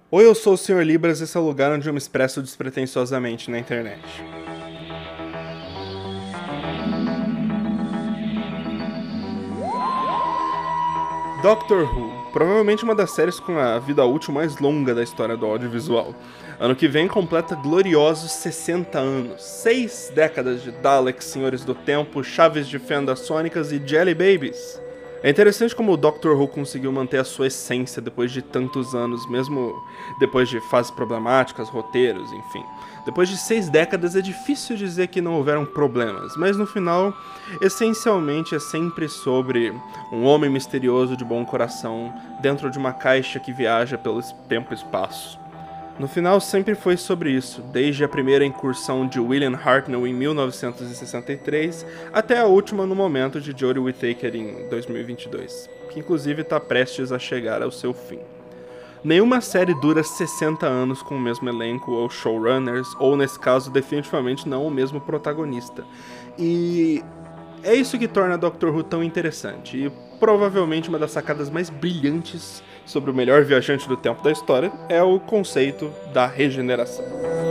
Oi, eu sou o Senhor Libras, esse é o lugar onde eu me expresso despretensiosamente na internet. Doctor Who, provavelmente uma das séries com a vida útil mais longa da história do audiovisual. Ano que vem completa gloriosos 60 anos, 6 décadas de Daleks, Senhores do Tempo, chaves de fenda sônicas e Jelly Babies. É interessante como o Doctor Who conseguiu manter a sua essência depois de tantos anos, mesmo depois de fases problemáticas, roteiros, enfim. Depois de 6 décadas é difícil dizer que não houveram problemas, mas no final, essencialmente é sempre sobre um homem misterioso de bom coração dentro de uma caixa que viaja pelo tempo e espaço. No final sempre foi sobre isso, desde a primeira incursão de William Hartnell em 1963 até a última no momento de Jodie Whittaker em 2022, que inclusive está prestes a chegar ao seu fim. Nenhuma série dura 60 anos com o mesmo elenco ou showrunners, ou nesse caso definitivamente não o mesmo protagonista. E é isso que torna Doctor Who tão interessante, e provavelmente uma das sacadas mais brilhantes sobre o melhor viajante do tempo da história é o conceito da regeneração.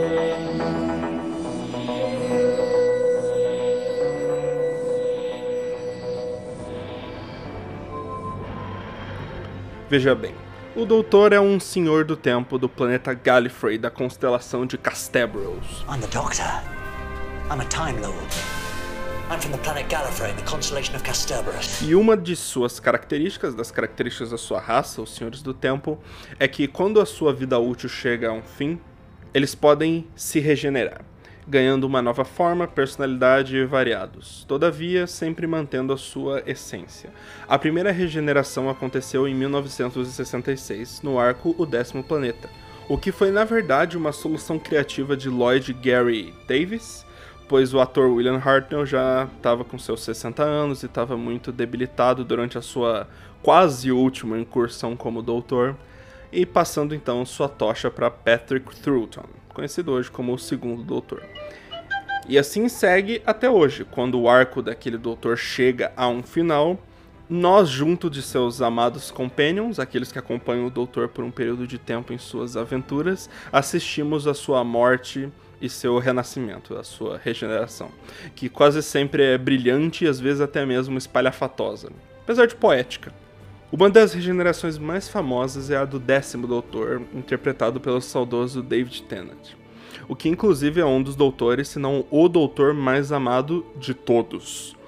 Veja bem, o Doutor é um senhor do tempo do planeta Gallifrey da constelação de Castabros. I'm the Doctor. I'm a Time Lord. I'm from the planet Gallifrey in the constellation of Kasterborous. E uma de suas características, das características da sua raça, os Senhores do Tempo, é que quando a sua vida útil chega a um fim, eles podem se regenerar, ganhando uma nova forma, personalidade e variados, todavia sempre mantendo a sua essência. A primeira regeneração aconteceu em 1966, no arco O 10º Planeta, o que foi na verdade uma solução criativa de Lloyd Gary Davis, pois o ator William Hartnell já estava com seus 60 anos e estava muito debilitado durante a sua quase última incursão como doutor, e passando então sua tocha para Patrick Troughton, conhecido hoje como o segundo doutor. E assim segue até hoje, quando o arco daquele doutor chega a um final, nós, junto de seus amados companions, aqueles que acompanham o doutor por um período de tempo em suas aventuras, assistimos a sua morte e seu renascimento, a sua regeneração, que quase sempre é brilhante e às vezes até mesmo espalhafatosa, apesar de poética. Uma das regenerações mais famosas é a do 10º Doutor, interpretado pelo saudoso David Tennant, o que inclusive é um dos doutores, se não o doutor mais amado de todos.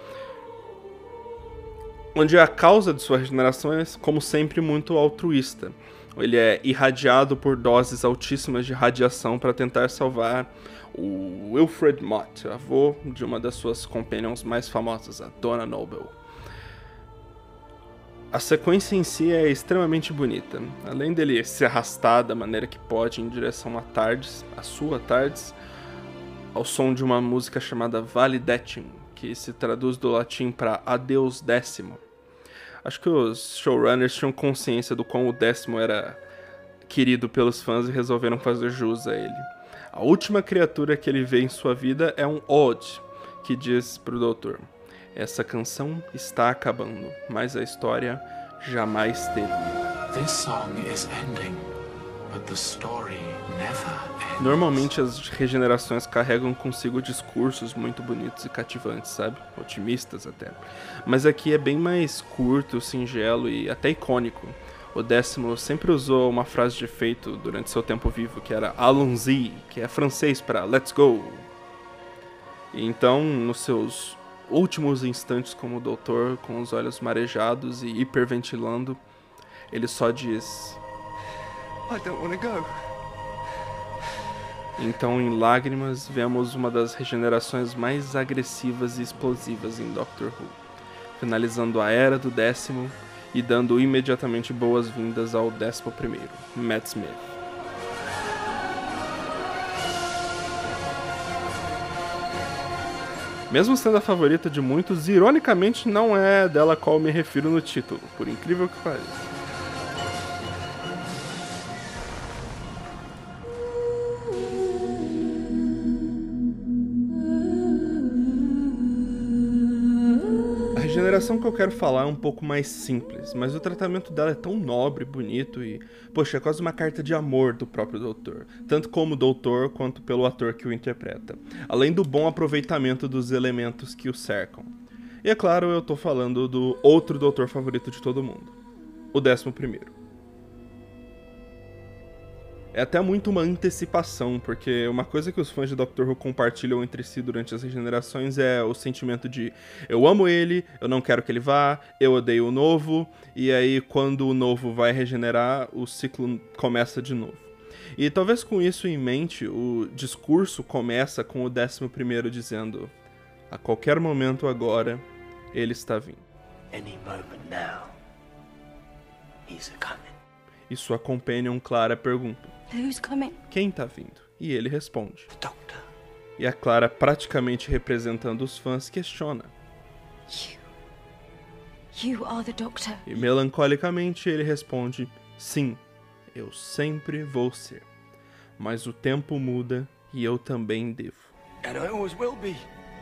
Onde a causa de sua regeneração é, como sempre, muito altruísta. Ele é irradiado por doses altíssimas de radiação para tentar salvar o Wilfred Mott, avô de uma das suas companions mais famosas, a Donna Noble. A sequência em si é extremamente bonita. Além dele se arrastar da maneira que pode em direção a Tardes, a sua Tardes, ao som de uma música chamada Validetim, que se traduz do latim para Adeus Décimo. Acho que os showrunners tinham consciência do quão o 10º era querido pelos fãs e resolveram fazer jus a ele. A última criatura que ele vê em sua vida é um Odd, que diz pro doutor: essa canção está acabando, mas a história jamais termina. This song is ending, but the story never ends. Normalmente as regenerações carregam consigo discursos muito bonitos e cativantes, sabe? Otimistas até. Mas aqui é bem mais curto, singelo e até icônico. O 10º sempre usou uma frase de efeito durante seu tempo vivo, que era Allons-y, que é francês para Let's go. E então, nos seus últimos instantes como doutor, com os olhos marejados e hiperventilando, ele só diz: I don't want to go. Então, em lágrimas, vemos uma das regenerações mais agressivas e explosivas em Doctor Who, finalizando a era do 10º e dando imediatamente boas-vindas ao 11º, Matt Smith. Mesmo sendo a favorita de muitos, ironicamente não é dela a qual me refiro no título, por incrível que pareça. A geração que eu quero falar é um pouco mais simples, mas o tratamento dela é tão nobre, bonito e, poxa, é quase uma carta de amor do próprio doutor, tanto como doutor quanto pelo ator que o interpreta, além do bom aproveitamento dos elementos que o cercam. E é claro, eu tô falando do outro doutor favorito de todo mundo, o 11º. É até muito uma antecipação, porque uma coisa que os fãs de Doctor Who compartilham entre si durante as regenerações é o sentimento de eu amo ele, eu não quero que ele vá, eu odeio o novo, e aí quando o novo vai regenerar, o ciclo começa de novo. E talvez com isso em mente, o discurso começa com o 11º dizendo: a qualquer momento agora, ele está vindo. Any moment now, he's a-coming. E sua companion Clara pergunta: Who's coming? quem tá vindo? E ele responde. Doctor. E a Clara, praticamente representando os fãs, questiona. You are the Doctor. E melancolicamente ele responde: sim, eu sempre vou ser. Mas o tempo muda e eu também devo. And I always will be.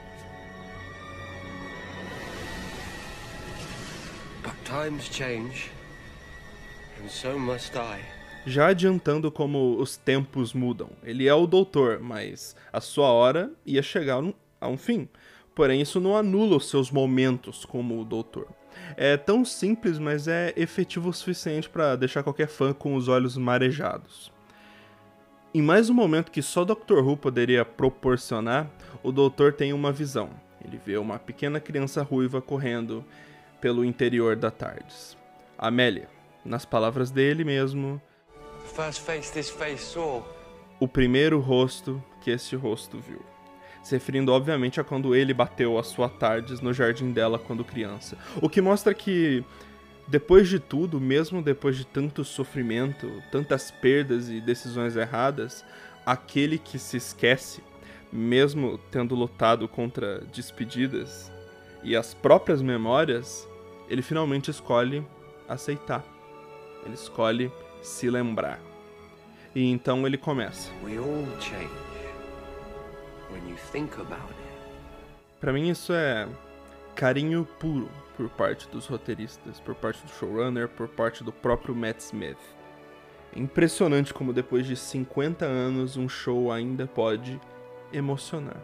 But times change, and so must I. Já adiantando como os tempos mudam. Ele é o doutor, mas a sua hora ia chegar a um fim. Porém, isso não anula os seus momentos como o doutor. É tão simples, mas é efetivo o suficiente para deixar qualquer fã com os olhos marejados. Em mais um momento que só Doctor Who poderia proporcionar, o doutor tem uma visão. Ele vê uma pequena criança ruiva correndo pelo interior da TARDIS. Amélia, nas palavras dele mesmo, The first face this face saw. o primeiro rosto que esse rosto viu. Se referindo obviamente a quando ele bateu a sua TARDIS no jardim dela quando criança. O que mostra que, depois de tudo, mesmo depois de tanto sofrimento, tantas perdas e decisões erradas, aquele que se esquece, mesmo tendo lutado contra despedidas e as próprias memórias, ele finalmente escolhe aceitar. Ele escolhe se lembrar. E então ele começa. We all change when you think about it. Pra mim isso é carinho puro por parte dos roteiristas, por parte do showrunner, por parte do próprio Matt Smith. É impressionante como depois de 50 anos um show ainda pode emocionar.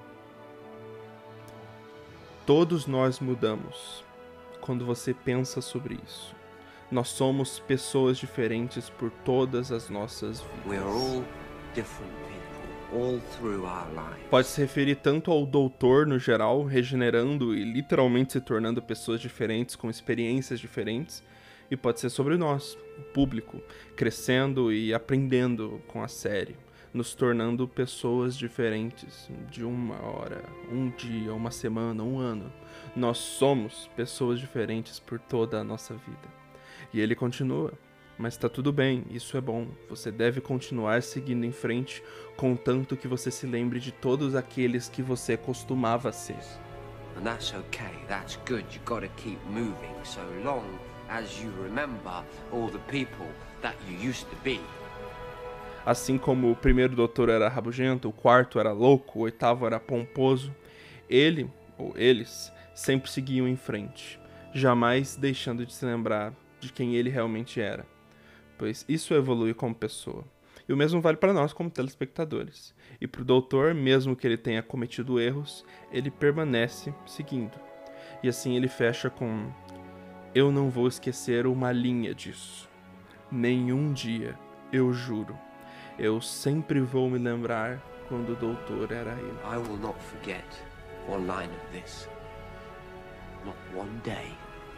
Todos nós mudamos quando você pensa sobre isso. Nós somos pessoas diferentes por todas as nossas vidas. We're all different people, all through our lives. Pode se referir tanto ao doutor no geral, regenerando e literalmente se tornando pessoas diferentes com experiências diferentes, e pode ser sobre nós, o público, crescendo e aprendendo com a série, nos tornando pessoas diferentes de uma hora, um dia, uma semana, um ano. Nós somos pessoas diferentes por toda a nossa vida. E ele continua: mas tá tudo bem, isso é bom. Você deve continuar seguindo em frente, contanto que você se lembre de todos aqueles que você costumava ser. And that's okay, that's good. You gotta keep moving so long as you remember all the people that you used to be. Assim como o primeiro doutor era rabugento, o quarto era louco, o oitavo era pomposo, ele, ou eles, sempre seguiam em frente, jamais deixando de se lembrar de quem ele realmente era, pois isso evolui como pessoa. E o mesmo vale para nós como telespectadores. E para o doutor, mesmo que ele tenha cometido erros, ele permanece seguindo. E assim ele fecha com: eu não vou esquecer uma linha disso. Nenhum dia, eu juro. Eu sempre vou me lembrar quando o doutor era ele. I will not forget one line of this. Not one day.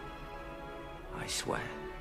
I swear.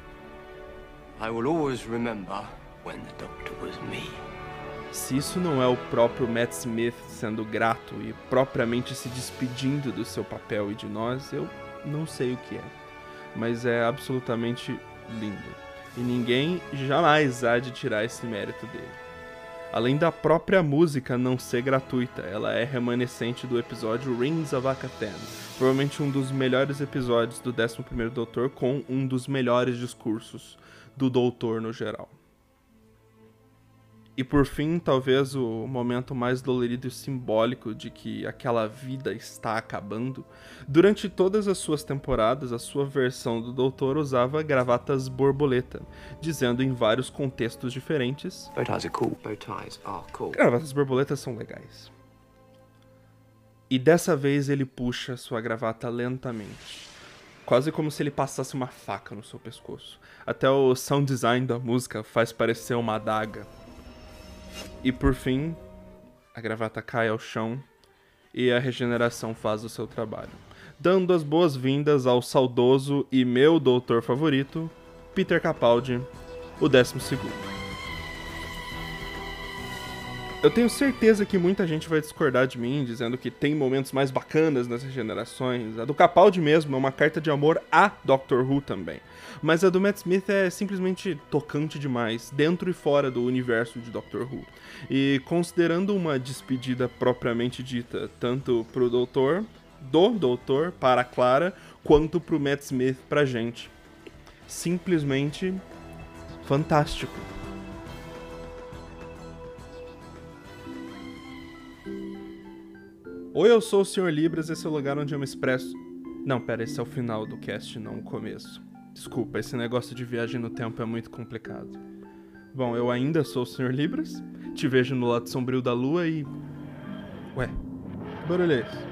I will always remember when the Doctor was me. Se isso não é o próprio Matt Smith sendo grato e propriamente se despedindo do seu papel e de nós, eu não sei o que é. Mas é absolutamente lindo. E ninguém jamais há de tirar esse mérito dele. Além da própria música não ser gratuita, ela é remanescente do episódio Rings of Akhaten, provavelmente um dos melhores episódios do 11º Doutor, com um dos melhores discursos do Doutor no geral. E por fim, talvez o momento mais dolorido e simbólico de que aquela vida está acabando. Durante todas as suas temporadas, a sua versão do Doutor usava gravatas borboleta, dizendo em vários contextos diferentes: Bow ties are cool. Bow ties are cool. gravatas borboletas são legais. E dessa vez ele puxa sua gravata lentamente, quase como se ele passasse uma faca no seu pescoço. Até o sound design da música faz parecer uma adaga. E por fim, a gravata cai ao chão e a regeneração faz o seu trabalho, dando as boas-vindas ao saudoso e meu doutor favorito, Peter Capaldi, o 12º. Eu tenho certeza que muita gente vai discordar de mim, dizendo que tem momentos mais bacanas nas regenerações. A do Capaldi mesmo é uma carta de amor a Doctor Who também. Mas a do Matt Smith é simplesmente tocante demais, dentro e fora do universo de Doctor Who. E considerando uma despedida propriamente dita, tanto pro Doutor, do Doutor para a Clara, quanto pro Matt Smith pra gente. Simplesmente fantástico. Oi, eu sou o Sr. Libras, esse é o lugar onde eu me expresso... Não, pera, esse é o final do cast, não o começo. Desculpa, esse negócio de viagem no tempo é muito complicado. Bom, eu ainda sou o Sr. Libras, te vejo no lado sombrio da lua e... Ué, que barulho é esse?